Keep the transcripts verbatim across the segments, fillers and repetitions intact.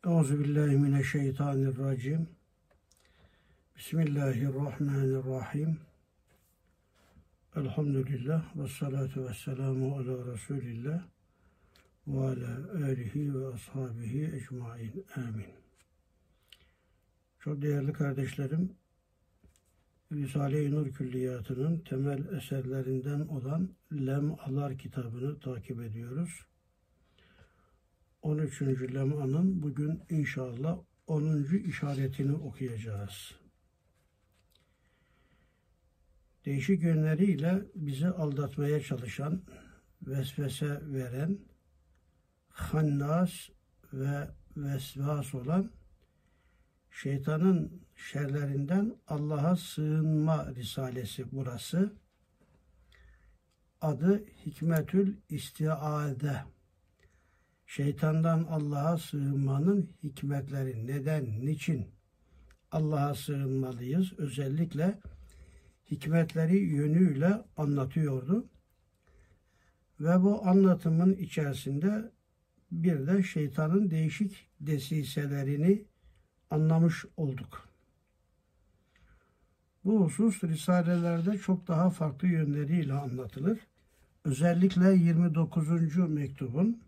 Euzubillahimineşşeytanirracim. Bismillahirrahmanirrahim. Elhamdülillah ve salatu ve selamu ala Resulillah ve ala alihi ve ashabihi ecmain. Amin. Çok değerli kardeşlerim, Risale-i Nur Külliyatı'nın temel eserlerinden olan Lem'alar kitabını takip ediyoruz. on üçüncü lem'anın bugün inşallah onuncu işaretini okuyacağız. Değişik yönleriyle bizi aldatmaya çalışan, vesvese veren, hannas ve vesvas olan şeytanın şerlerinden Allah'a sığınma risalesi burası. Adı Hikmetül İstiade. Şeytandan Allah'a sığınmanın hikmetleri, neden, niçin Allah'a sığınmalıyız? Özellikle hikmetleri yönüyle anlatıyordu. Ve bu anlatımın içerisinde bir de şeytanın değişik desiselerini anlamış olduk. Bu husus risalelerde çok daha farklı yönleriyle anlatılır. Özellikle yirmi dokuzuncu mektubun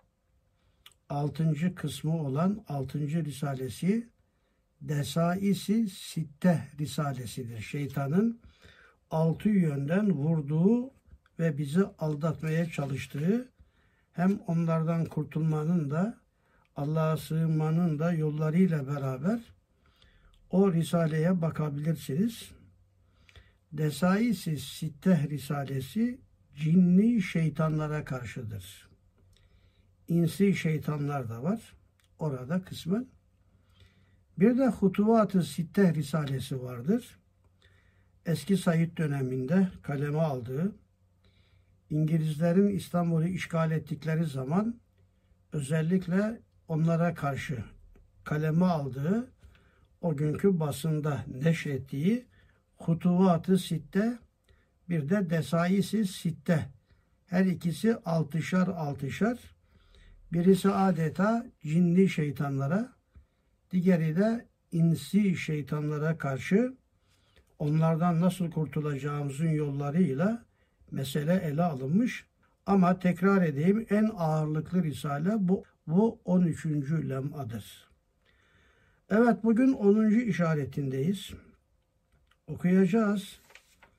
altıncı kısmı olan altıncı risalesi Desais-i Sitte risalesidir. Şeytanın altı yönden vurduğu ve bizi aldatmaya çalıştığı, hem onlardan kurtulmanın da Allah'a sığınmanın da yollarıyla beraber o risaleye bakabilirsiniz. Desais-i Sitte risalesi cinni şeytanlara karşıdır. İnsi şeytanlar da var orada kısmen. Bir de Hutuvat-ı Sitte risalesi vardır. Eski Said döneminde kaleme aldığı, İngilizlerin İstanbul'u işgal ettikleri zaman özellikle onlara karşı kaleme aldığı, o günkü basında neşrettiği Hutuvat-ı Sitte, bir de Desais-i Sitte. Her ikisi altışar altışar. Birisi adeta cinli şeytanlara, diğeri de insi şeytanlara karşı onlardan nasıl kurtulacağımızın yollarıyla mesele ele alınmış. Ama tekrar edeyim, en ağırlıklı risale bu, bu on üçüncü lem'adır. Evet, bugün onuncu işaretindeyiz. Okuyacağız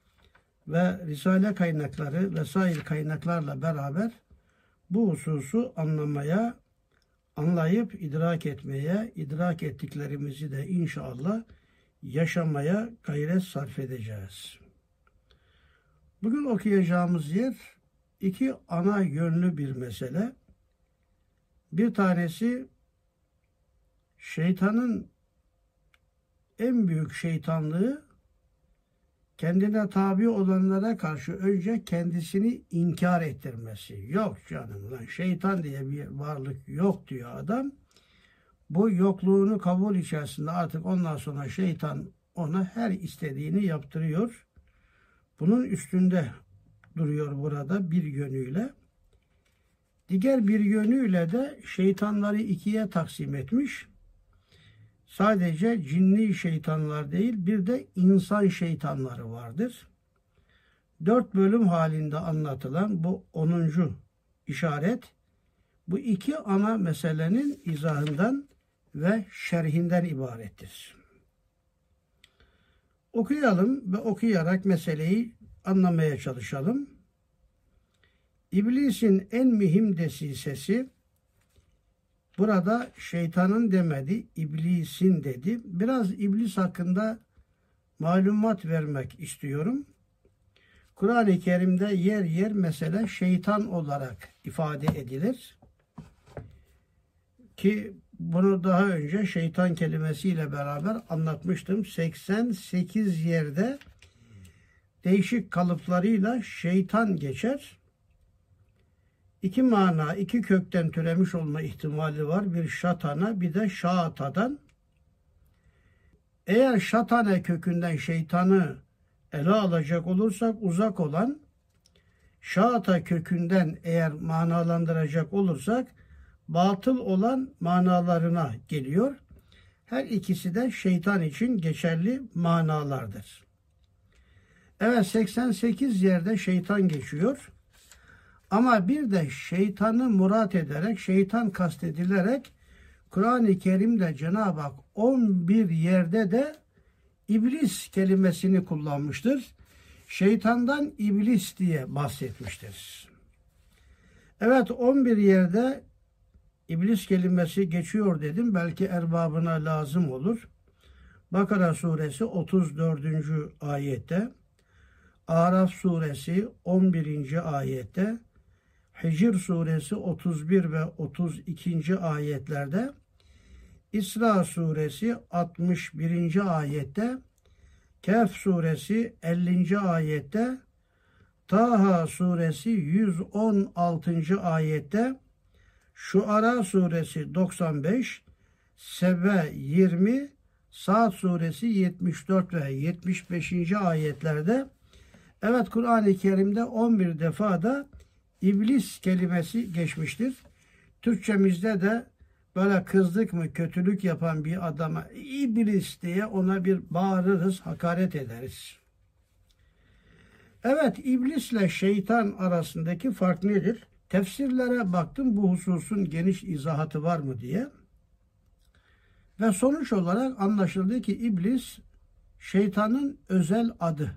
ve risale kaynakları vesaire kaynaklarla beraber bu hususu anlamaya, anlayıp idrak etmeye, idrak ettiklerimizi de inşallah yaşamaya gayret sarf edeceğiz. Bugün okuyacağımız yer iki ana yönlü bir mesele. Bir tanesi şeytanın en büyük şeytanlığı kendine tabi olanlara karşı önce kendisini inkar ettirmesi. Yok canım lan, şeytan diye bir varlık yok diyor adam. Bu yokluğunu kabul içerisinde artık ondan sonra şeytan ona her istediğini yaptırıyor. Bunun üstünde duruyor burada bir yönüyle. Diğer bir yönüyle de şeytanları ikiye taksim etmiş. Sadece cinni şeytanlar değil, bir de insan şeytanları vardır. Dört bölüm halinde anlatılan bu onuncu işaret, bu iki ana meselenin izahından ve şerhinden ibarettir. Okuyalım ve okuyarak meseleyi anlamaya çalışalım. İblisin en mühim desisesi, burada şeytanın demedi, iblisin dedi. Biraz iblis hakkında malumat vermek istiyorum. Kur'an-ı Kerim'de yer yer mesela şeytan olarak ifade edilir. Ki bunu daha önce şeytan kelimesiyle beraber anlatmıştım. seksen sekiz yerde değişik kalıplarıyla şeytan geçer. İki mana, iki kökten türemiş olma ihtimali var. Bir şatana, bir de şaatadan. Eğer şatane kökünden şeytanı ele alacak olursak uzak olan, şaata kökünden eğer manalandıracak olursak batıl olan manalarına geliyor. Her ikisi de şeytan için geçerli manalardır. Evet, seksen sekiz yerde şeytan geçiyor. Ama bir de şeytanı murat ederek, şeytan kastedilerek Kur'an-ı Kerim'de Cenab-ı Hak on bir yerde de iblis kelimesini kullanmıştır. Şeytandan iblis diye bahsetmiştir. Evet, on bir yerde iblis kelimesi geçiyor dedim. Belki erbabına lazım olur. Bakara suresi otuz dördüncü ayette, Araf suresi on birinci ayette, Hicr suresi otuz bir ve otuz ikinci ayetlerde, İsra suresi altmış birinci ayette, Kehf suresi ellinci ayette, Taha suresi yüz on altıncı ayette, Şuara suresi doksan beş, Sebe yirmi, Saat suresi yetmiş dört ve yetmiş beşinci ayetlerde, evet, Kur'an-ı Kerim'de on bir defa da iblis kelimesi geçmiştir. Türkçemizde de böyle kızdık mı kötülük yapan bir adama iblis diye ona bir bağırırız, hakaret ederiz. Evet, iblisle şeytan arasındaki fark nedir? Tefsirlere baktım, bu hususun geniş izahatı var mı diye. Ve sonuç olarak anlaşıldı ki iblis şeytanın özel adı.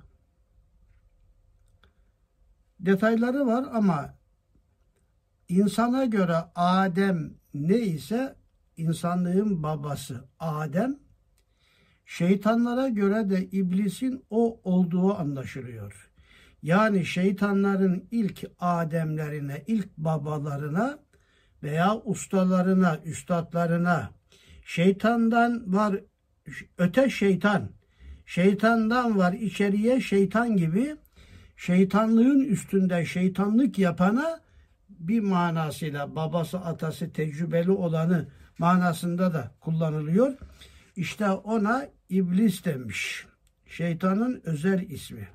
Detayları var ama insana göre Adem neyse insanlığın babası Adem, şeytanlara göre de iblisin o olduğu anlaşılıyor. Yani şeytanların ilk Ademlerine, ilk babalarına veya ustalarına, üstadlarına, şeytandan var öte şeytan, şeytandan var içeriye şeytan gibi şeytanlığın üstünde şeytanlık yapana bir manasıyla babası atası tecrübeli olanı manasında da kullanılıyor. İşte ona iblis demiş. Şeytanın özel ismi.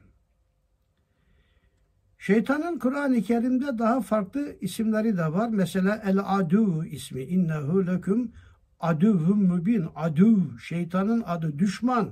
Şeytanın Kur'an-ı Kerim'de daha farklı isimleri de var. Mesela El-Adu ismi. İnnehu leküm aduvun mübin. Adu, şeytanın adı, düşman.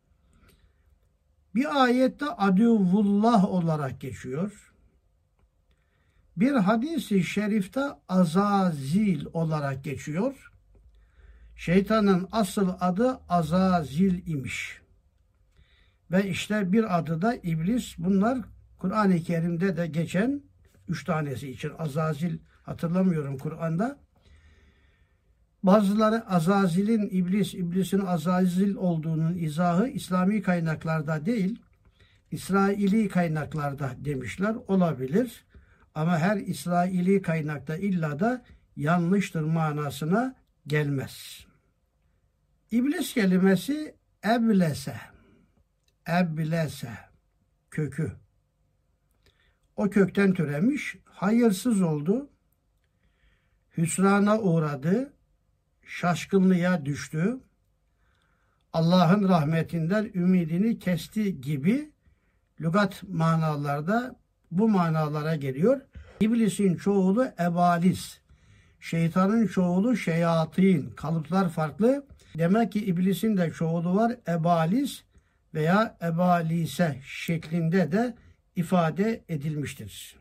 Bir ayette aduvullah olarak geçiyor. Bir hadis-i şerifte Azazil olarak geçiyor. Şeytanın asıl adı Azazil imiş. Ve işte bir adı da iblis. Bunlar Kur'an-ı Kerim'de de geçen üç tanesi için. Azazil hatırlamıyorum Kur'an'da. Bazıları Azazil'in iblis, iblisin Azazil olduğunun izahı İslami kaynaklarda değil, İsraili kaynaklarda demişler. Olabilir. Ama her İsraili kaynakta illa da yanlıştır manasına gelmez. İblis kelimesi eblese, eblese kökü. O kökten türemiş, hayırsız oldu, hüsrana uğradı, şaşkınlığa düştü, Allah'ın rahmetinden ümidini kesti gibi lügat manalarda bu manalara geliyor. İblisin çoğulu ebalis, şeytanın çoğulu şeyatin, kalıplar farklı. Demek ki iblisin de çoğulu var, ebalis veya ebalise şeklinde de ifade edilmiştir.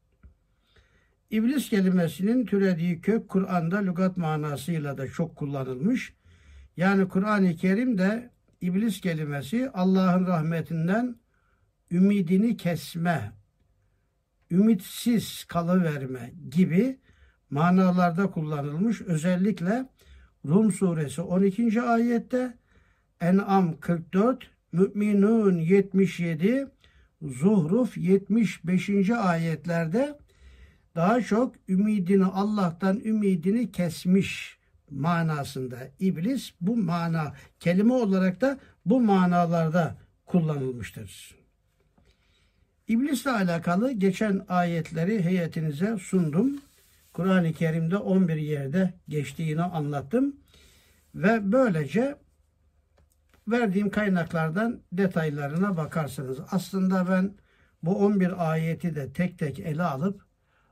İblis kelimesinin türediği kök Kur'an'da lügat manasıyla da çok kullanılmış. Yani Kur'an-ı Kerim'de iblis kelimesi Allah'ın rahmetinden ümidini kesme, ümitsiz kalıverme gibi manalarda kullanılmış. Özellikle Rum suresi on ikinci ayette, En'am kırk dört, Mü'minun yetmiş yedi, Zuhruf yetmiş beşinci ayetlerde daha çok ümidini Allah'tan ümidini kesmiş manasında iblis bu mana kelime olarak da bu manalarda kullanılmıştır. İblisle alakalı geçen ayetleri heyetinize sundum. Kur'an-ı Kerim'de on bir yerde geçtiğini anlattım ve böylece verdiğim kaynaklardan detaylarına bakarsınız. Aslında ben bu on bir ayeti de tek tek ele alıp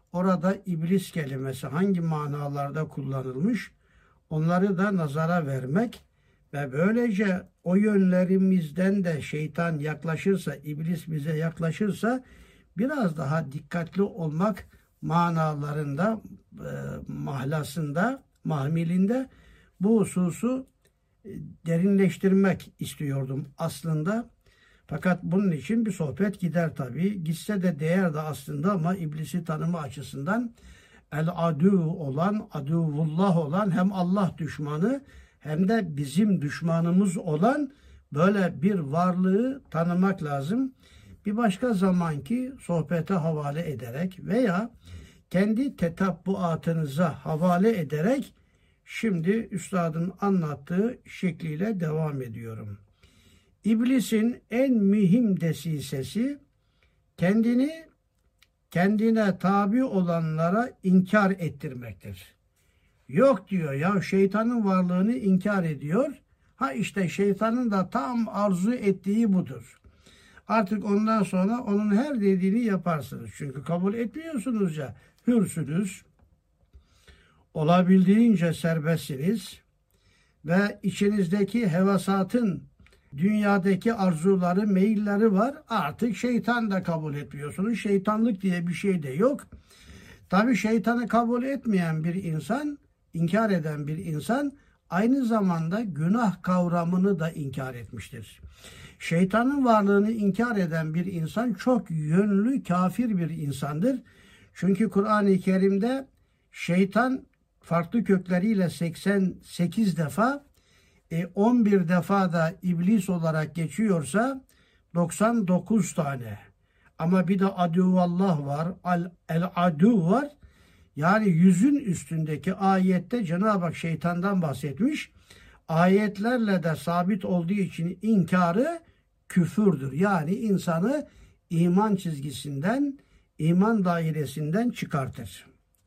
orada iblis kelimesi hangi manalarda kullanılmış, onları da nazara vermek ve böylece o yönlerimizden de şeytan yaklaşırsa, iblis bize yaklaşırsa biraz daha dikkatli olmak manalarında, e, mahlasında, mahmilinde bu hususu e, derinleştirmek istiyordum aslında. Fakat bunun için bir sohbet gider tabii. Gitse de değer de aslında ama iblisi tanımı açısından el adu olan, aduvullah olan, hem Allah düşmanı hem de bizim düşmanımız olan böyle bir varlığı tanımak lazım. Bir başka zamanki sohbete havale ederek veya kendi tetabbuatınıza havale ederek şimdi üstadın anlattığı şekliyle devam ediyorum. İblisin en mühim desisesi kendini kendine tabi olanlara inkar ettirmektir. Yok diyor ya, şeytanın varlığını inkar ediyor. Ha işte şeytanın da tam arzu ettiği budur. Artık ondan sonra onun her dediğini yaparsınız. Çünkü kabul etmiyorsunuz ya, hürsünüz. Olabildiğince serbestsiniz. Ve içinizdeki hevasatın, dünyadaki arzuları, meyilleri var. Artık şeytan da kabul etmiyorsunuz. Şeytanlık diye bir şey de yok. Tabii şeytanı kabul etmeyen bir insan, inkar eden bir insan aynı zamanda günah kavramını da inkar etmiştir. Şeytanın varlığını inkar eden bir insan çok yönlü kafir bir insandır. Çünkü Kur'an-ı Kerim'de şeytan farklı kökleriyle seksen sekiz defa, on bir defa da iblis olarak geçiyorsa doksan dokuz tane. Ama bir de aduvallah var, el adu var. Yani yüzün üstündeki ayette Cenab-ı Hak şeytandan bahsetmiş. Ayetlerle de sabit olduğu için inkarı küfürdür. Yani insanı iman çizgisinden, iman dairesinden çıkartır.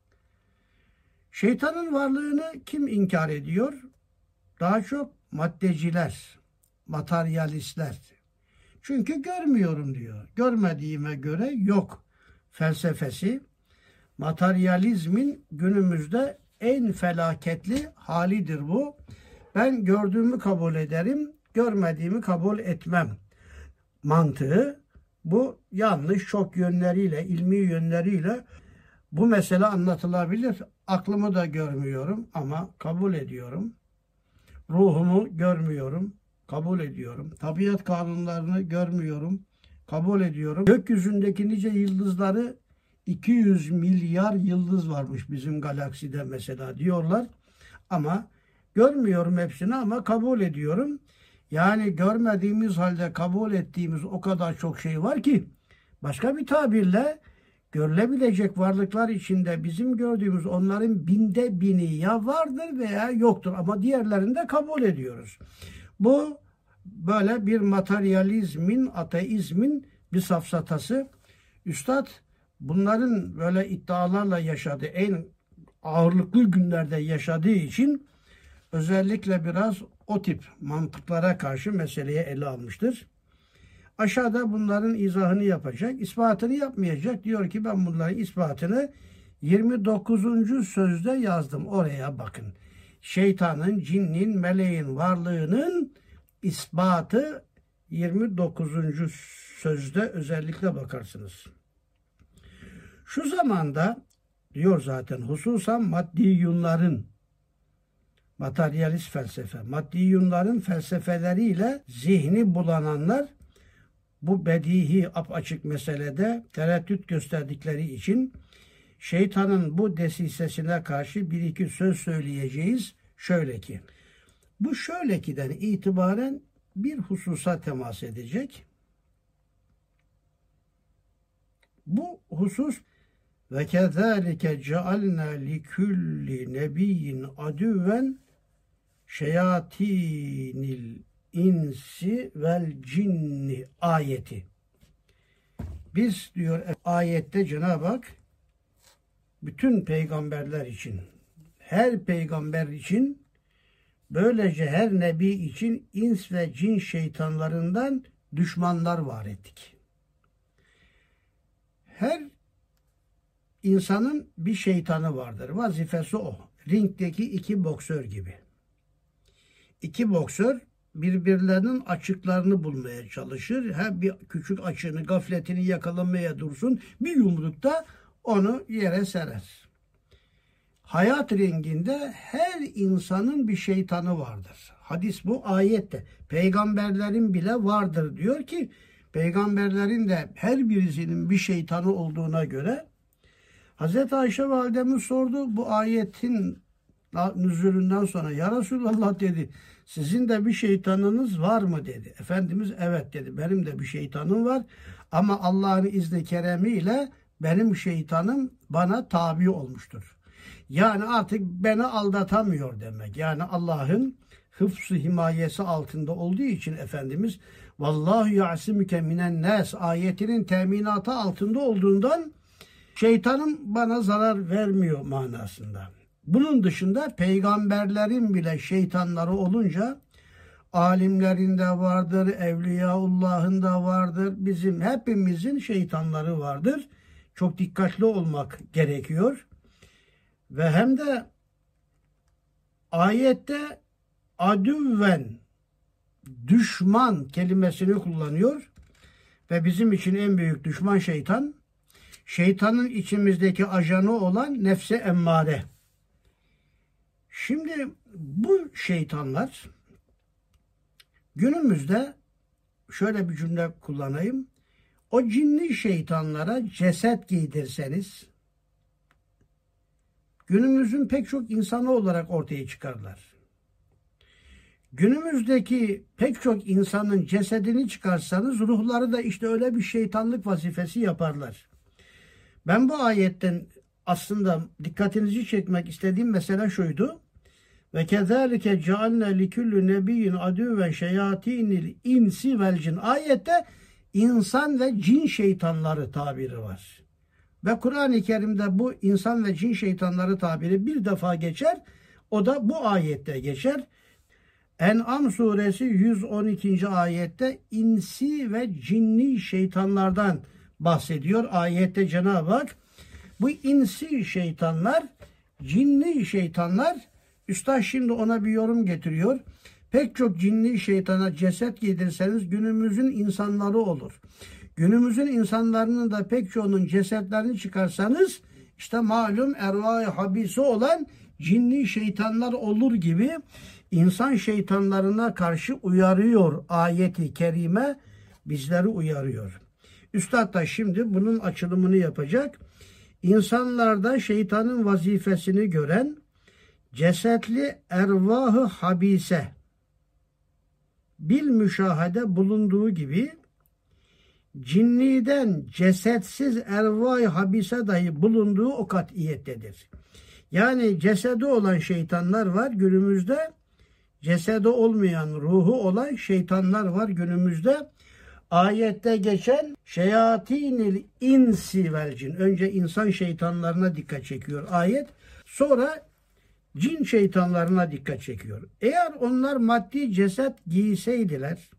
Şeytanın varlığını kim inkar ediyor? Daha çok maddeciler, materyalistler. Çünkü görmüyorum diyor. Görmediğime göre yok felsefesi. Materyalizmin günümüzde en felaketli halidir bu. Ben gördüğümü kabul ederim, görmediğimi kabul etmem mantığı. Bu yanlış, çok yönleriyle, ilmi yönleriyle bu mesele anlatılabilir. Aklımı da görmüyorum ama kabul ediyorum. Ruhumu görmüyorum, kabul ediyorum. Tabiat kanunlarını görmüyorum, kabul ediyorum. Gökyüzündeki nice yıldızları, iki yüz milyar yıldız varmış bizim galakside mesela diyorlar. Ama görmüyorum hepsini ama kabul ediyorum. Yani görmediğimiz halde kabul ettiğimiz o kadar çok şey var ki, başka bir tabirle görülebilecek varlıklar içinde bizim gördüğümüz onların binde bini ya vardır veya yoktur. Ama diğerlerini de kabul ediyoruz. Bu böyle bir materyalizmin, ateizmin bir safsatası. Üstad bunların böyle iddialarla yaşadığı, en ağırlıklı günlerde yaşadığı için özellikle biraz o tip mantıklara karşı meseleye ele almıştır. Aşağıda bunların izahını yapacak, ispatını yapmayacak. Diyor ki ben bunların ispatını yirmi dokuzuncu sözde yazdım. Oraya bakın. Şeytanın, cinnin, meleğin varlığının ispatı yirmi dokuzuncu sözde özellikle bakarsınız. Şu zamanda diyor zaten hususan maddiyunların, materyalist felsefe, maddiyunların felsefeleriyle zihni bulananlar bu bedihi apaçık meselede tereddüt gösterdikleri için şeytanın bu desisesine karşı bir iki söz söyleyeceğiz. Şöyle ki, bu şöyle ki'den itibaren bir hususa temas edecek. Bu husus ve kezalike cealna li kulli nebiyyin aduven şeyatinil insi vel cinni ayeti. Biz diyor ayette Cenab-ı Hak bütün peygamberler için, her peygamber için, böylece her nebi için ins ve cin şeytanlarından düşmanlar var ettik. Her insanın bir şeytanı vardır. Vazifesi o. Ringdeki iki boksör gibi. İki boksör birbirlerinin açıklarını bulmaya çalışır. Her bir küçük açığını, gafletini yakalamaya dursun. Bir yumrukta onu yere serer. Hayat ringinde her insanın bir şeytanı vardır. Hadis bu, ayette. Peygamberlerin bile vardır diyor ki, peygamberlerin de her birisinin bir şeytanı olduğuna göre Hazreti Ayşe validemiz sordu bu ayetin nüzulünden sonra. Ya Resulallah dedi, sizin de bir şeytanınız var mı dedi. Efendimiz evet dedi, benim de bir şeytanım var ama Allah'ın izni keremiyle benim şeytanım bana tabi olmuştur. Yani artık beni aldatamıyor demek. Yani Allah'ın hıfz-ı himayesi altında olduğu için Efendimiz vallahu ya'simuke minen nas ayetinin teminatı altında olduğundan şeytanım bana zarar vermiyor manasında. Bunun dışında peygamberlerin bile şeytanları olunca alimlerin de vardır, Evliyaullah'ın da vardır, bizim hepimizin şeytanları vardır. Çok dikkatli olmak gerekiyor. Ve hem de ayette adüvven, düşman kelimesini kullanıyor. Ve bizim için en büyük düşman şeytan. Şeytanın içimizdeki ajanı olan nefse emmare. Şimdi bu şeytanlar günümüzde şöyle bir cümle kullanayım. O cinli şeytanlara ceset giydirseniz günümüzün pek çok insanı olarak ortaya çıkarlar. Günümüzdeki pek çok insanın cesedini çıkarsanız ruhları da işte öyle bir şeytanlık vazifesi yaparlar. Ben bu ayetten aslında dikkatinizi çekmek istediğim mesele şuydu. Ve kezalike cealne likulli nebiyyin adüven şeyatinil insi vel cin. Ayette insan ve cin şeytanları tabiri var. Ve Kur'an-ı Kerim'de bu insan ve cin şeytanları tabiri bir defa geçer. O da bu ayette geçer. En'am suresi yüz on ikinci ayette insi ve cinni şeytanlardan bahsediyor. Ayette Cenab-ı Hak bu insi şeytanlar, cinni şeytanlar, Üstad şimdi ona bir yorum getiriyor. Pek çok cinni şeytana ceset giydirseniz günümüzün insanları olur. Günümüzün insanlarının da pek çoğunun cesetlerini çıkarsanız işte malum ervah-ı habisi olan cinni şeytanlar olur gibi insan şeytanlarına karşı uyarıyor ayeti kerime, bizleri uyarıyor. Üstad da şimdi bunun açılımını yapacak. İnsanlarda şeytanın vazifesini gören cesetli ervah-ı habise bil müşahede bulunduğu gibi cinniden cesetsiz ervah-ı habise dahi bulunduğu o katiyettedir. Yani cesedi olan şeytanlar var günümüzde, cesedi olmayan ruhu olan şeytanlar var günümüzde. Ayette geçen şeyatinil insi vel cin. Önce insan şeytanlarına dikkat çekiyor ayet. Sonra cin şeytanlarına dikkat çekiyor. Eğer onlar maddi ceset giyseydiler,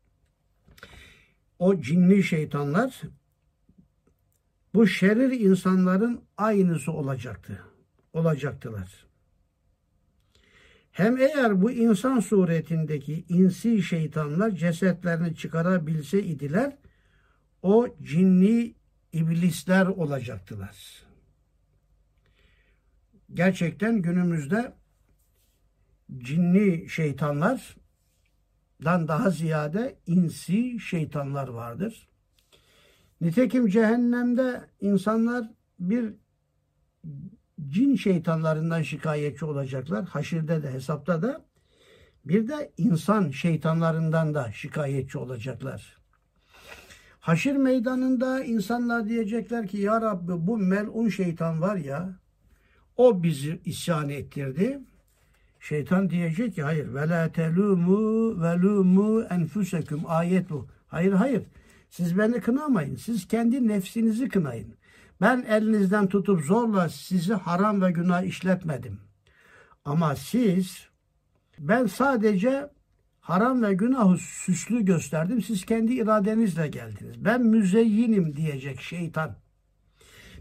o cinli şeytanlar bu şerir insanların aynısı olacaktı. Olacaktılar. Hem eğer bu insan suretindeki insi şeytanlar cesetlerini çıkarabilse idiler, o cinni iblisler olacaktılar. Gerçekten günümüzde cinni şeytanlardan daha ziyade insi şeytanlar vardır. Nitekim cehennemde insanlar bir cin şeytanlarından şikayetçi olacaklar. Haşirde de hesapta da bir de insan şeytanlarından da şikayetçi olacaklar. Haşir meydanında insanlar diyecekler ki ya Rabbi bu melun şeytan var ya o bizi isyan ettirdi. Şeytan diyecek ki hayır ve la telumu ve lumu enfusekum ayet bu. Hayır hayır siz beni kınamayın. Siz kendi nefsinizi kınayın. Ben elinizden tutup zorla sizi haram ve günah işletmedim. Ama siz, ben sadece haram ve günahı süslü gösterdim. Siz kendi iradenizle geldiniz. Ben müzeyyinim diyecek şeytan.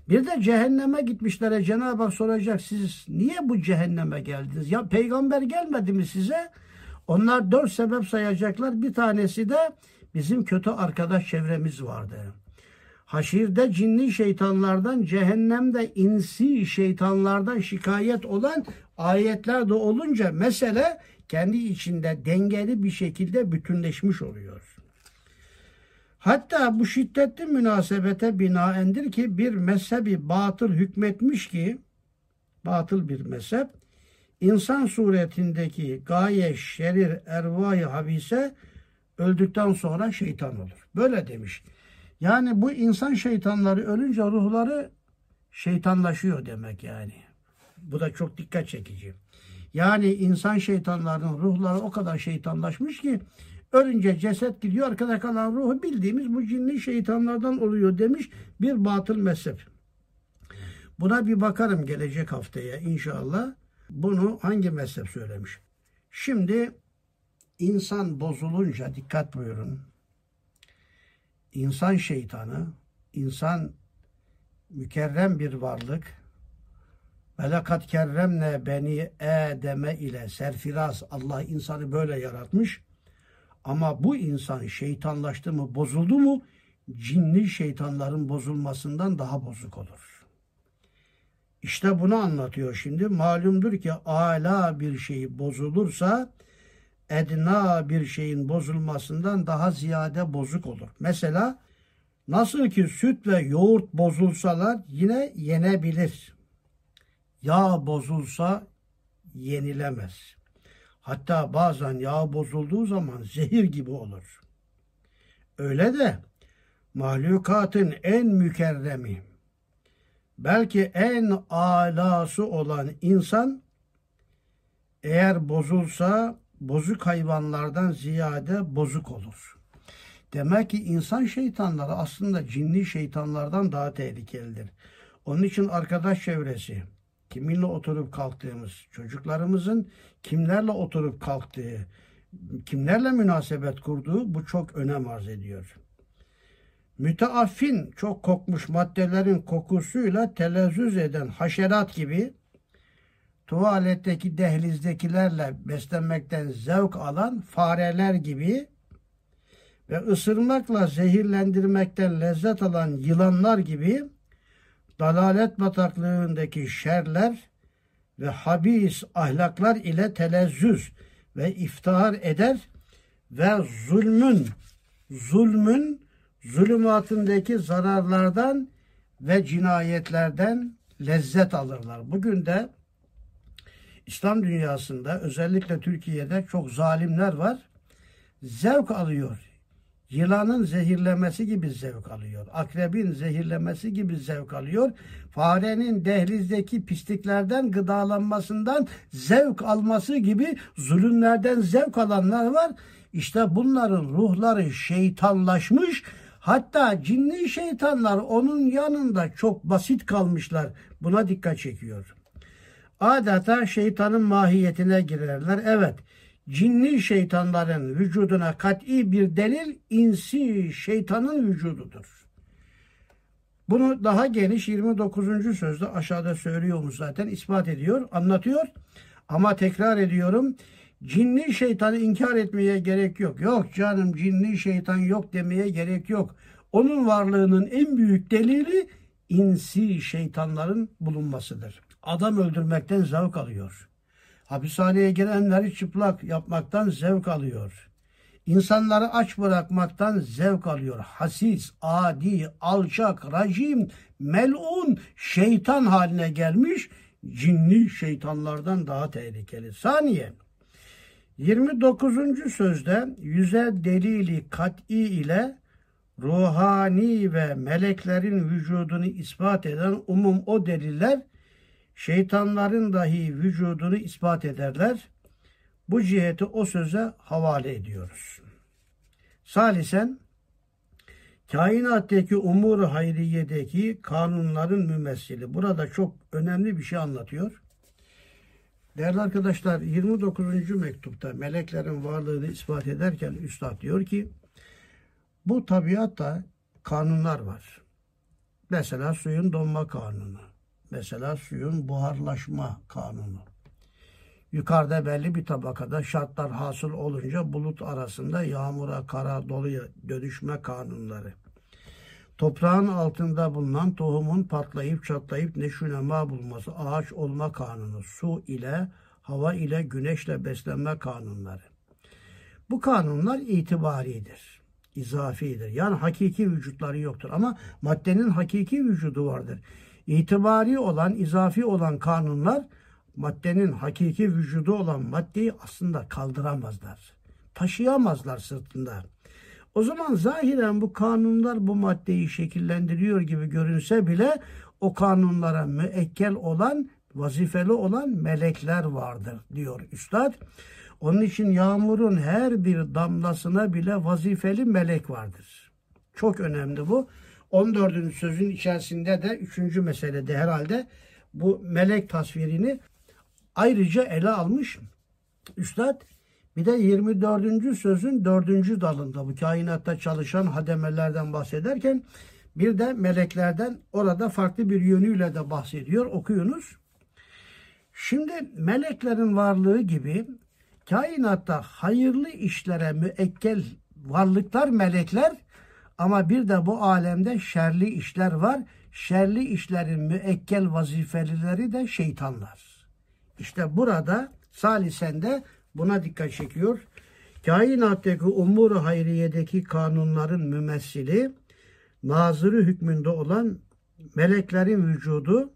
Bir de cehenneme gitmişlere Cenab-ı Hak soracak, siz niye bu cehenneme geldiniz? Ya peygamber gelmedi mi size? Onlar dört sebep sayacaklar. Bir tanesi de bizim kötü arkadaş çevremiz vardı. Haşirde cinli şeytanlardan, cehennemde insi şeytanlardan şikayet olan ayetler de olunca mesele kendi içinde dengeli bir şekilde bütünleşmiş oluyor. Hatta bu şiddetli münasebete binaendir ki bir mezhebi batıl hükmetmiş ki, batıl bir mezhep, insan suretindeki gaye şerir ervayı habise öldükten sonra şeytan olur. Böyle demiş. Yani bu insan şeytanları ölünce ruhları şeytanlaşıyor demek yani. Bu da çok dikkat çekici. Yani insan şeytanlarının ruhları o kadar şeytanlaşmış ki ölünce ceset gidiyor, arkada kalan ruhu bildiğimiz bu cinli şeytanlardan oluyor demiş bir batıl mezhep. Buna bir bakarım gelecek haftaya inşallah. Bunu hangi mezhep söylemiş? Şimdi insan bozulunca dikkat buyurun. İnsan şeytanı, insan mükerrem bir varlık. Velakat kerremne beni Adem'e ile serfiraz. Allah insanı böyle yaratmış. Ama bu insan şeytanlaştı mı, bozuldu mu, cinli şeytanların bozulmasından daha bozuk olur. İşte bunu anlatıyor şimdi. Malumdur ki âlâ bir şey bozulursa edna bir şeyin bozulmasından daha ziyade bozuk olur. Mesela nasıl ki süt ve yoğurt bozulsalar yine yenebilir. Yağ bozulsa yenilemez. Hatta bazen yağ bozulduğu zaman zehir gibi olur. Öyle de mahlukatın en mükerremi, belki en alası olan insan eğer bozulsa bozuk hayvanlardan ziyade bozuk olur. Demek ki insan şeytanları aslında cinli şeytanlardan daha tehlikelidir. Onun için arkadaş çevresi, kiminle oturup kalktığımız, çocuklarımızın kimlerle oturup kalktığı, kimlerle münasebet kurduğu bu çok önem arz ediyor. Müteaffin çok kokmuş maddelerin kokusuyla telezzüz eden haşerat gibi tuvaletteki dehlizdekilerle beslenmekten zevk alan fareler gibi ve ısırmakla zehirlendirmekten lezzet alan yılanlar gibi dalalet bataklığındaki şerler ve habis ahlaklar ile telezzüz ve iftihar eder ve zulmün, zulmün zulümatındaki zararlardan ve cinayetlerden lezzet alırlar. Bugün de İslam dünyasında özellikle Türkiye'de çok zalimler var. Zevk alıyor. Yılanın zehirlemesi gibi zevk alıyor. Akrebin zehirlemesi gibi zevk alıyor. Farenin dehlizdeki pisliklerden gıdalanmasından zevk alması gibi zulümlerden zevk alanlar var. İşte bunların ruhları şeytanlaşmış. Hatta cinli şeytanlar onun yanında çok basit kalmışlar. Buna dikkat çekiyor. Adeta şeytanın mahiyetine girerler. Evet, cinli şeytanların vücuduna kat'i bir delil insi şeytanın vücududur. Bunu daha geniş yirmi dokuzuncu sözde aşağıda söylüyormuş zaten, ispat ediyor, anlatıyor. Ama tekrar ediyorum, cinli şeytanı inkar etmeye gerek yok. Yok canım, cinli şeytan yok demeye gerek yok. Onun varlığının en büyük delili insi şeytanların bulunmasıdır. Adam öldürmekten zevk alıyor. Hapishaneye girenleri çıplak yapmaktan zevk alıyor. İnsanları aç bırakmaktan zevk alıyor. Hasis, adi, alçak, racim, melun, şeytan haline gelmiş, cinli şeytanlardan daha tehlikeli. Saniye, yirmi dokuzuncu sözde yüze delili kat'i ile ruhani ve meleklerin vücudunu ispat eden umum o deliller şeytanların dahi vücudunu ispat ederler. Bu ciheti o söze havale ediyoruz. Salisen, kainattaki umur-u hayriyedeki kanunların mümessili. Burada çok önemli bir şey anlatıyor. Değerli arkadaşlar, yirmi dokuzuncu mektupta meleklerin varlığını ispat ederken Üstad diyor ki, bu tabiatta kanunlar var. Mesela suyun donma kanunu. Mesela suyun buharlaşma kanunu. Yukarıda belli bir tabakada şartlar hasıl olunca bulut arasında yağmura, kara, doluya dönüşme kanunları. Toprağın altında bulunan tohumun patlayıp çatlayıp neşünema bulması, ağaç olma kanunu. Su ile, hava ile, güneşle beslenme kanunları. Bu kanunlar itibaridir, izafidir. Yani hakiki vücutları yoktur. Ama maddenin hakiki vücudu vardır. İtibari olan, izafi olan kanunlar maddenin hakiki vücudu olan maddeyi aslında kaldıramazlar. Taşıyamazlar sırtında. O zaman zahiren bu kanunlar bu maddeyi şekillendiriyor gibi görünse bile o kanunlara müekkel olan, vazifeli olan melekler vardır diyor Üstad. Onun için yağmurun her bir damlasına bile vazifeli melek vardır. Çok önemli bu. on dördüncü sözün içerisinde de üçüncü meselede herhalde bu melek tasvirini ayrıca ele almış Üstad. Bir de yirmi dördüncü sözün dördüncü dalında bu kainatta çalışan hademelerden bahsederken bir de meleklerden orada farklı bir yönüyle de bahsediyor. Okuyunuz. Şimdi meleklerin varlığı gibi kainatta hayırlı işlere müekkel varlıklar melekler, ama bir de bu alemde şerli işler var. Şerli işlerin müekkel vazifelileri de şeytanlar. İşte burada salisen de buna dikkat çekiyor. Kainattaki umur-u hayriyedeki kanunların mümessili, nazırı hükmünde olan meleklerin vücudu,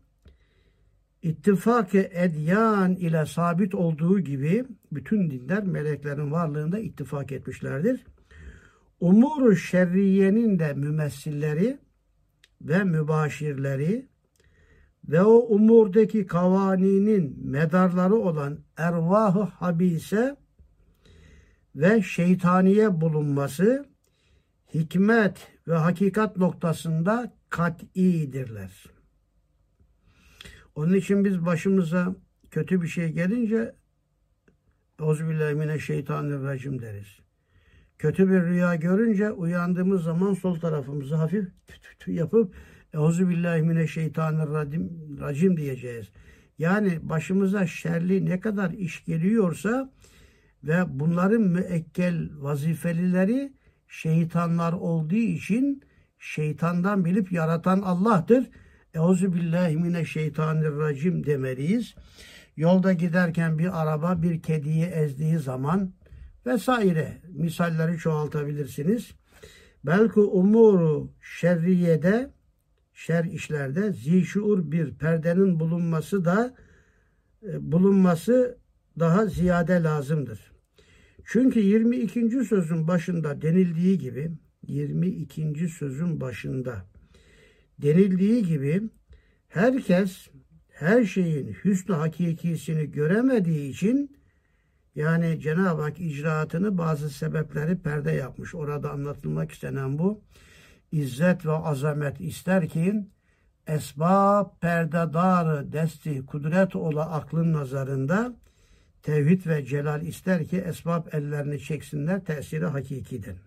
ittifak-ı edyan ile sabit olduğu gibi bütün dinler meleklerin varlığında ittifak etmişlerdir. Umur-u şerriyenin de mümessilleri ve mübaşirleri ve o umurdaki kavaninin medarları olan ervah-ı habise ve şeytaniye bulunması hikmet ve hakikat noktasında kat'idirler. Onun için biz başımıza kötü bir şey gelince Euzubillahimineşşeytanirracim deriz. Kötü bir rüya görünce uyandığımız zaman sol tarafımızı hafif tü tü tü yapıp Euzubillahimineşşeytanirracim diyeceğiz. Yani başımıza şerli ne kadar iş geliyorsa ve bunların müekkel vazifelileri şeytanlar olduğu için şeytandan bilip yaratan Allah'tır. Euzubillahimineşşeytanirracim demeliyiz. Yolda giderken bir araba bir kediyi ezdiği zaman vesaire misalleri çoğaltabilirsiniz. Belki umuru şerriyede, şer işlerde zişuur bir perdenin bulunması da bulunması daha ziyade lazımdır. Çünkü yirmi ikinci sözün başında denildiği gibi yirmi ikinci sözün başında denildiği gibi herkes her şeyin hüsnü hakikisini göremediği için, yani Cenab-ı Hak icraatını bazı sebepleri perde yapmış. Orada anlatılmak istenen bu. İzzet ve azamet ister ki esbab perdedarı desti kudret ola aklın nazarında, tevhid ve celal ister ki esbab ellerini çeksinler tesiri hakikiden.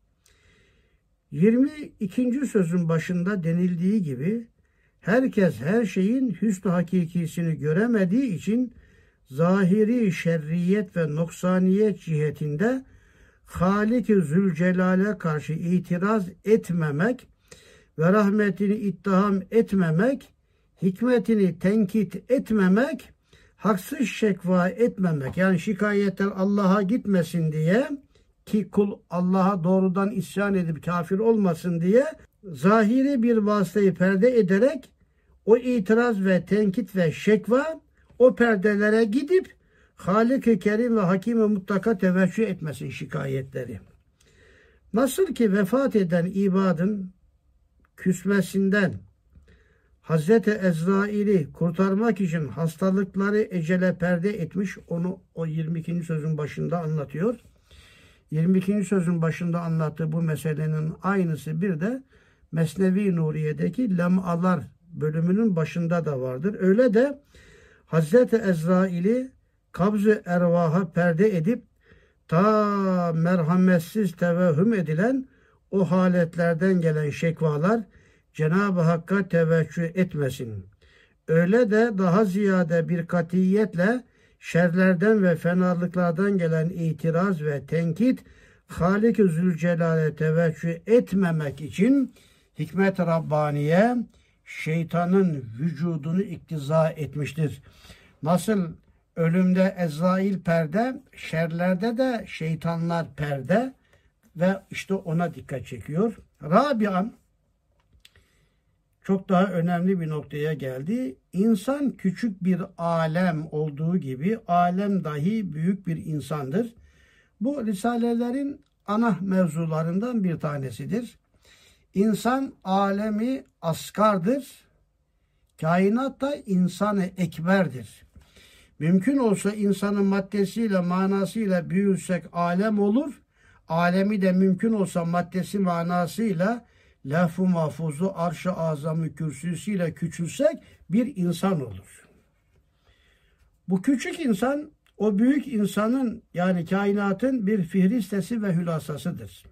yirmi ikinci sözün başında denildiği gibi herkes her şeyin hüsnü hakikisini göremediği için zahiri şerriyet ve noksaniyet cihetinde Halik-i Zülcelal'e karşı itiraz etmemek ve rahmetini ittiham etmemek, hikmetini tenkit etmemek, haksız şekva etmemek, yani şikayetler Allah'a gitmesin diye, ki kul Allah'a doğrudan isyan edip kafir olmasın diye zahiri bir vasıtayı perde ederek o itiraz ve tenkit ve şekva o perdelere gidip Halik-i Kerim ve Hakim-i Mutlaka teveccüh etmesin şikayetleri. Nasıl ki vefat eden ibadın küsmesinden Hazreti Ezrail'i kurtarmak için hastalıkları ecele perde etmiş, onu o yirmi ikinci sözün başında anlatıyor. yirmi ikinci sözün başında anlattığı bu meselenin aynısı bir de Mesnevi Nuriye'deki lemalar bölümünün başında da vardır. Öyle de Hazreti Ezrail'i kabz-ı ervaha perde edip ta merhametsiz tevehhüm edilen o haletlerden gelen şekvalar Cenab-ı Hakk'a teveccüh etmesin. Öyle de daha ziyade bir katiyetle şerlerden ve fenalıklardan gelen itiraz ve tenkit Halik-i Zülcelal'e teveccüh etmemek için hikmet-i Rabbaniye şeytanın vücudunu iktiza etmiştir. Nasıl ölümde Ezrail perde, şerlerde de şeytanlar perde ve işte ona dikkat çekiyor. Rabian çok daha önemli bir noktaya geldi. İnsan küçük bir alem olduğu gibi alem dahi büyük bir insandır. Bu risalelerin ana mevzularından bir tanesidir. İnsan alemi asgardır. Kainat da insanı ekberdir. Mümkün olsa insanın maddesiyle manasıyla büyürsek alem olur. Alemi de mümkün olsa maddesi manasıyla laf-ı mahfuzu, arş-ı azamı kürsüsüyle küçülsek bir insan olur. Bu küçük insan o büyük insanın yani kainatın bir fihristesi ve hülasasıdır.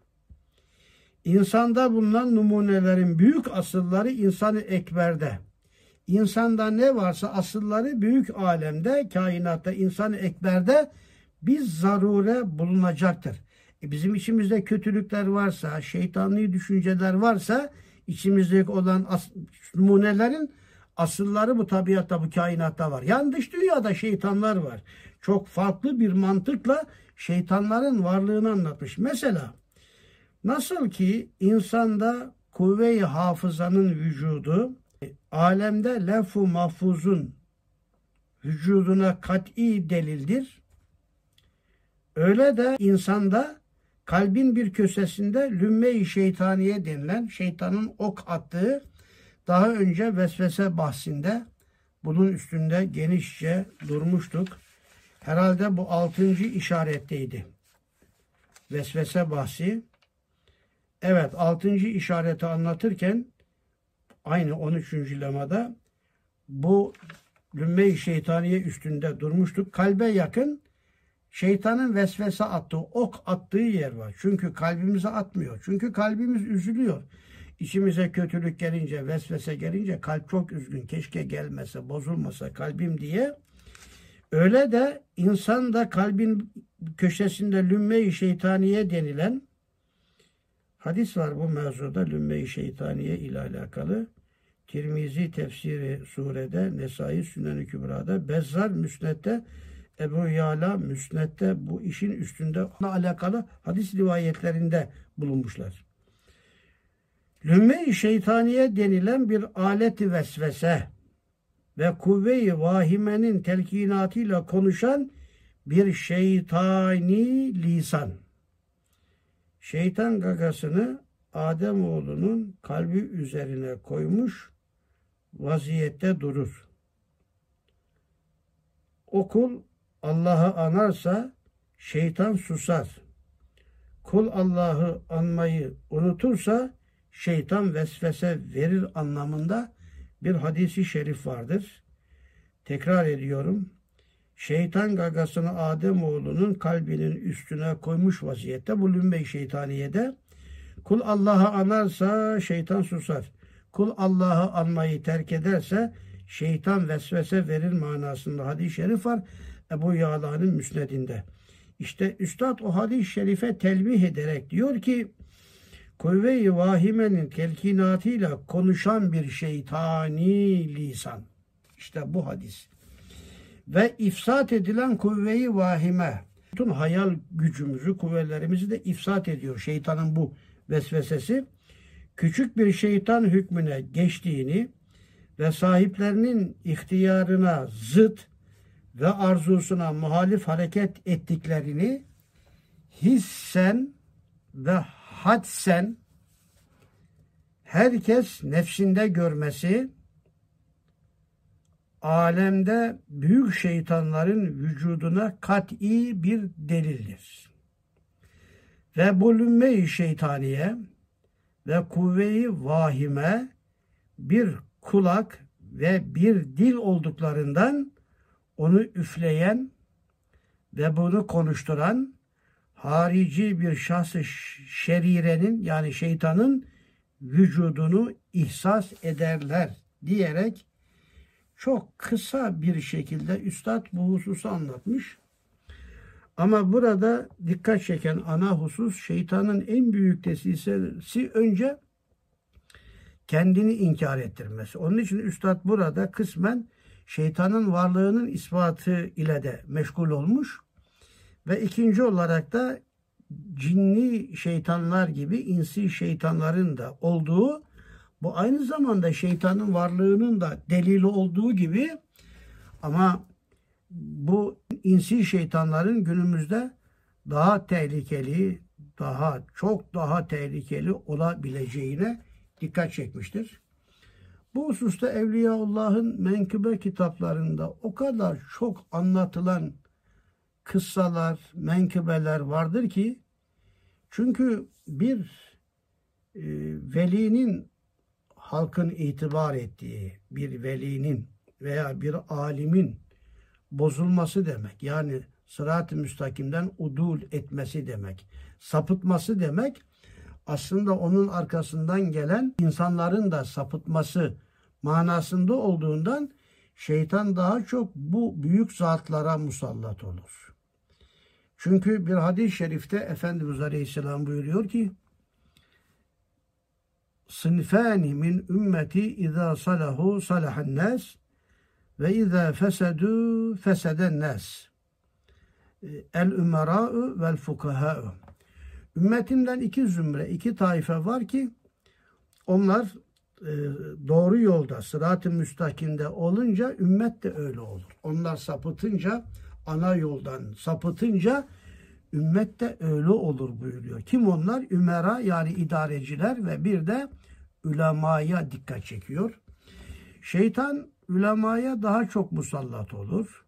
İnsanda bulunan numunelerin büyük asılları insanı ekberde. İnsanda ne varsa asılları büyük alemde, kainatta, insanı ekberde biz zarure bulunacaktır. E bizim içimizde kötülükler varsa, şeytanlı düşünceler varsa, içimizdeki olan as- numunelerin asılları bu tabiatta, bu kainatta var. Yani dış dünyada şeytanlar var. Çok farklı bir mantıkla şeytanların varlığını anlatmış. Mesela nasıl ki insanda kuvve-i hafızanın vücudu, alemde lef-u mahfuzun vücuduna kat'i delildir. Öyle de insanda kalbin bir köşesinde lümme-i şeytaniye denilen şeytanın ok attığı daha önce vesvese bahsinde bunun üstünde genişçe durmuştuk. Herhalde bu altıncı işaretteydi. Vesvese bahsi. Evet, altıncı işareti anlatırken aynı on üçüncü lemada bu lümme-i şeytaniye üstünde durmuştuk. Kalbe yakın şeytanın vesvese attığı, ok attığı yer var. Çünkü kalbimize atmıyor. Çünkü kalbimiz üzülüyor. İçimize kötülük gelince, vesvese gelince kalp çok üzgün. Keşke gelmese, bozulmasa kalbim diye. Öyle de insan da kalbin köşesinde lümme-i şeytaniye denilen hadis var bu mevzuda, lümme-i şeytaniye ile alakalı. Tirmizi tefsiri surede, Nesai Sünnen-i Kübra'da, Bezzar Müsned'de, Ebu Yala Müsned'de bu işin üstünde alakalı hadis rivayetlerinde bulunmuşlar. Lümme-i şeytaniye denilen bir aleti vesvese ve kuvve-i vahimenin telkinatıyla konuşan bir şeytani lisan. Şeytan gagasını Ademoğlunun kalbi üzerine koymuş vaziyette durur. O kul Allah'ı anarsa şeytan susar. Kul Allah'ı anmayı unutursa şeytan vesvese verir anlamında bir hadisi şerif vardır. Tekrar ediyorum. Şeytan gagasını Ademoğlunun kalbinin üstüne koymuş vaziyette bu lümme-i şeytaniyede kul Allah'ı anarsa şeytan susar. Kul Allah'ı anmayı terk ederse şeytan vesvese verir manasında hadis-i şerif var Ebu Yala'nın müsnedinde. İşte Üstad o hadis-i şerife telmih ederek diyor ki kuvve-i vahimenin telkinatıyla konuşan bir şeytani lisan. İşte bu hadis. Ve ifsat edilen kuvve-i vahime. Bütün hayal gücümüzü, kuvvetlerimizi de ifsat ediyor şeytanın bu vesvesesi. Küçük bir şeytan hükmüne geçtiğini ve sahiplerinin ihtiyarına zıt ve arzusuna muhalif hareket ettiklerini hissen ve hadsen herkes nefsinde görmesi, alemde büyük şeytanların vücuduna kat'i bir delildir. Ve bu lümme-i şeytaniye ve kuvve-i vahime bir kulak ve bir dil olduklarından onu üfleyen ve bunu konuşturan harici bir şahs-ı şerirenin yani şeytanın vücudunu ihsas ederler diyerek çok kısa bir şekilde Üstad bu hususu anlatmış. Ama burada dikkat çeken ana husus şeytanın en büyük tesisesi önce kendini inkar ettirmesi. Onun için Üstad burada kısmen şeytanın varlığının ispatı ile de meşgul olmuş ve ikinci olarak da cinni şeytanlar gibi insi şeytanların da olduğu, bu aynı zamanda şeytanın varlığının da delili olduğu gibi, ama bu insi şeytanların günümüzde daha tehlikeli, daha çok daha tehlikeli olabileceğine dikkat çekmiştir. Bu hususta Evliyaullah'ın menkıbe kitaplarında o kadar çok anlatılan kıssalar, menkıbeler vardır ki, çünkü bir e, velinin halkın itibar ettiği, bir velinin veya bir alimin bozulması demek. Yani sırat-ı müstakimden udul etmesi demek. Sapıtması demek. Aslında onun arkasından gelen insanların da sapıtması manasında olduğundan şeytan daha çok bu büyük zatlara musallat olur. Çünkü bir hadis-i şerifte Efendimiz Aleyhisselam buyuruyor ki, "Sınfani min ümmeti izâ salahu salahan nas ve izâ fesedû feseden nas. El ümerâ'u vel fukahâ'u." Ümmetimden iki zümre, iki taife var ki onlar e, doğru yolda, sırat-ı müstakimde olunca ümmet de öyle olur. Onlar sapıtınca, ana yoldan sapıtınca ümmet de öyle olur buyuruyor. Kim onlar? Ümera, yani idareciler ve bir de ulemaya dikkat çekiyor. Şeytan ulemaya daha çok musallat olur.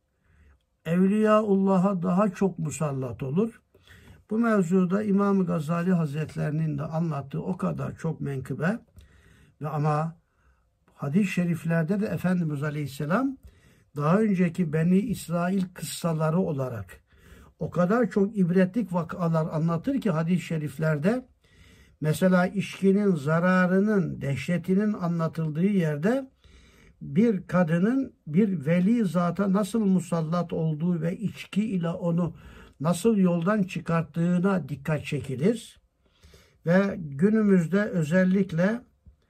Evliyaullah'a daha çok musallat olur. Bu mevzuda İmam Gazali Hazretlerinin de anlattığı o kadar çok menkıbe ve ama hadis-i şeriflerde de Efendimiz Aleyhisselam daha önceki Beni İsrail kıssaları olarak o kadar çok ibretlik vakalar anlatır ki hadis-i şeriflerde, mesela içkinin zararının, dehşetinin anlatıldığı yerde bir kadının bir veli zata nasıl musallat olduğu ve içki ile onu nasıl yoldan çıkarttığına dikkat çekilir. Ve günümüzde özellikle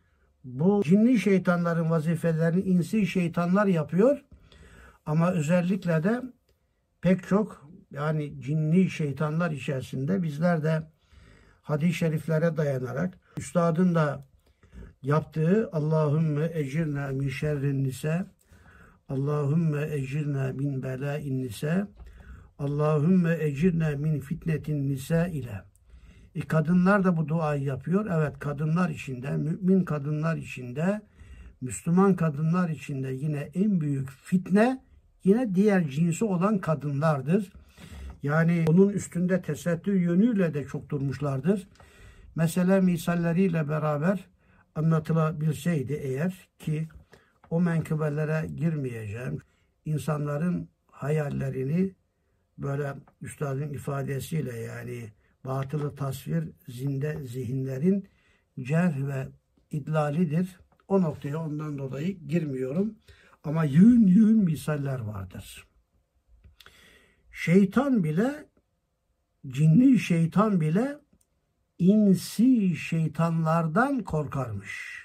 bu cinni şeytanların vazifelerini insi şeytanlar yapıyor. Ama özellikle de pek çok, yani cinni şeytanlar içerisinde bizler de hadis-i şeriflere dayanarak üstadın da yaptığı Allahümme ecirna min şerrin nise, Allahümme ecirna min belâin nise, Allahümme ecirna min fitnetin nisa ile. E kadınlar da bu duayı yapıyor. Evet, kadınlar içinde, mümin kadınlar içinde, Müslüman kadınlar içinde yine en büyük fitne yine diğer cinsi olan kadınlardır. Yani onun üstünde tesettür yönüyle de çok durmuşlardır. Mesela misalleriyle beraber anlatılabilseydi eğer, ki o menkıbelere girmeyeceğim. İnsanların hayallerini böyle üstadın ifadesiyle, yani batılı tasvir zinde zihinlerin cerh ve idlalidir. O noktaya ondan dolayı girmiyorum. Ama yığın yığın misaller vardır. Şeytan bile, cinni şeytan bile insi şeytanlardan korkarmış.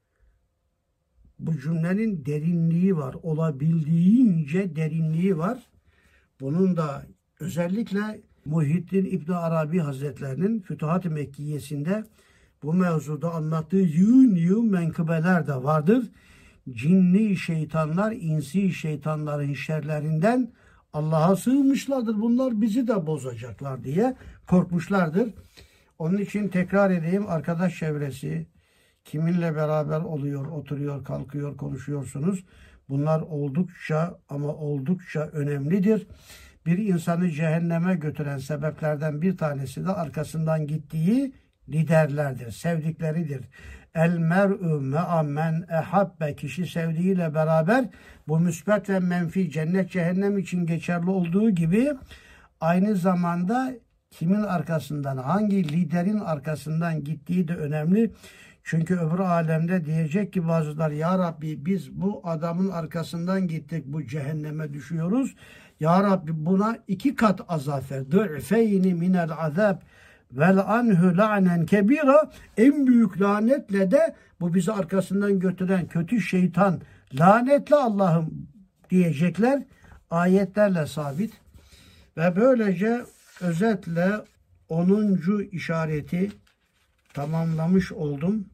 Bu cümlenin derinliği var. Olabildiğince derinliği var. Bunun da özellikle Muhyiddin İbn Arabi Hazretlerinin Fütuhat-ı Mekkiyesinde bu mevzuda anlattığı yığın yığın menkıbeler de vardır. Cinni şeytanlar, insi şeytanların şerlerinden Allah'a sığınmışlardır. Bunlar bizi de bozacaklar diye korkmuşlardır. Onun için tekrar edeyim, arkadaş çevresi, kiminle beraber oluyor, oturuyor, kalkıyor, konuşuyorsunuz. Bunlar oldukça ama oldukça önemlidir. Bir insanı cehenneme götüren sebeplerden bir tanesi de arkasından gittiği liderlerdir, sevdikleridir. El mer'u me'a men ehabbe, kişi sevdiğiyle beraber, bu müsbet ve menfi, cennet cehennem için geçerli olduğu gibi aynı zamanda kimin arkasından, hangi liderin arkasından gittiği de önemli. Çünkü öbür alemde diyecek ki bazılar, ya Rabbi biz bu adamın arkasından gittik, bu cehenneme düşüyoruz. Ya Rabbi buna iki kat azap ver. Dı'feyni minel azab vel anhu la'nen kebira. En büyük lanetle de bu bizi arkasından götüren kötü şeytan lanetle Allah'ım diyecekler. Ayetlerle sabit. Ve böylece özetle onuncu işareti tamamlamış oldum.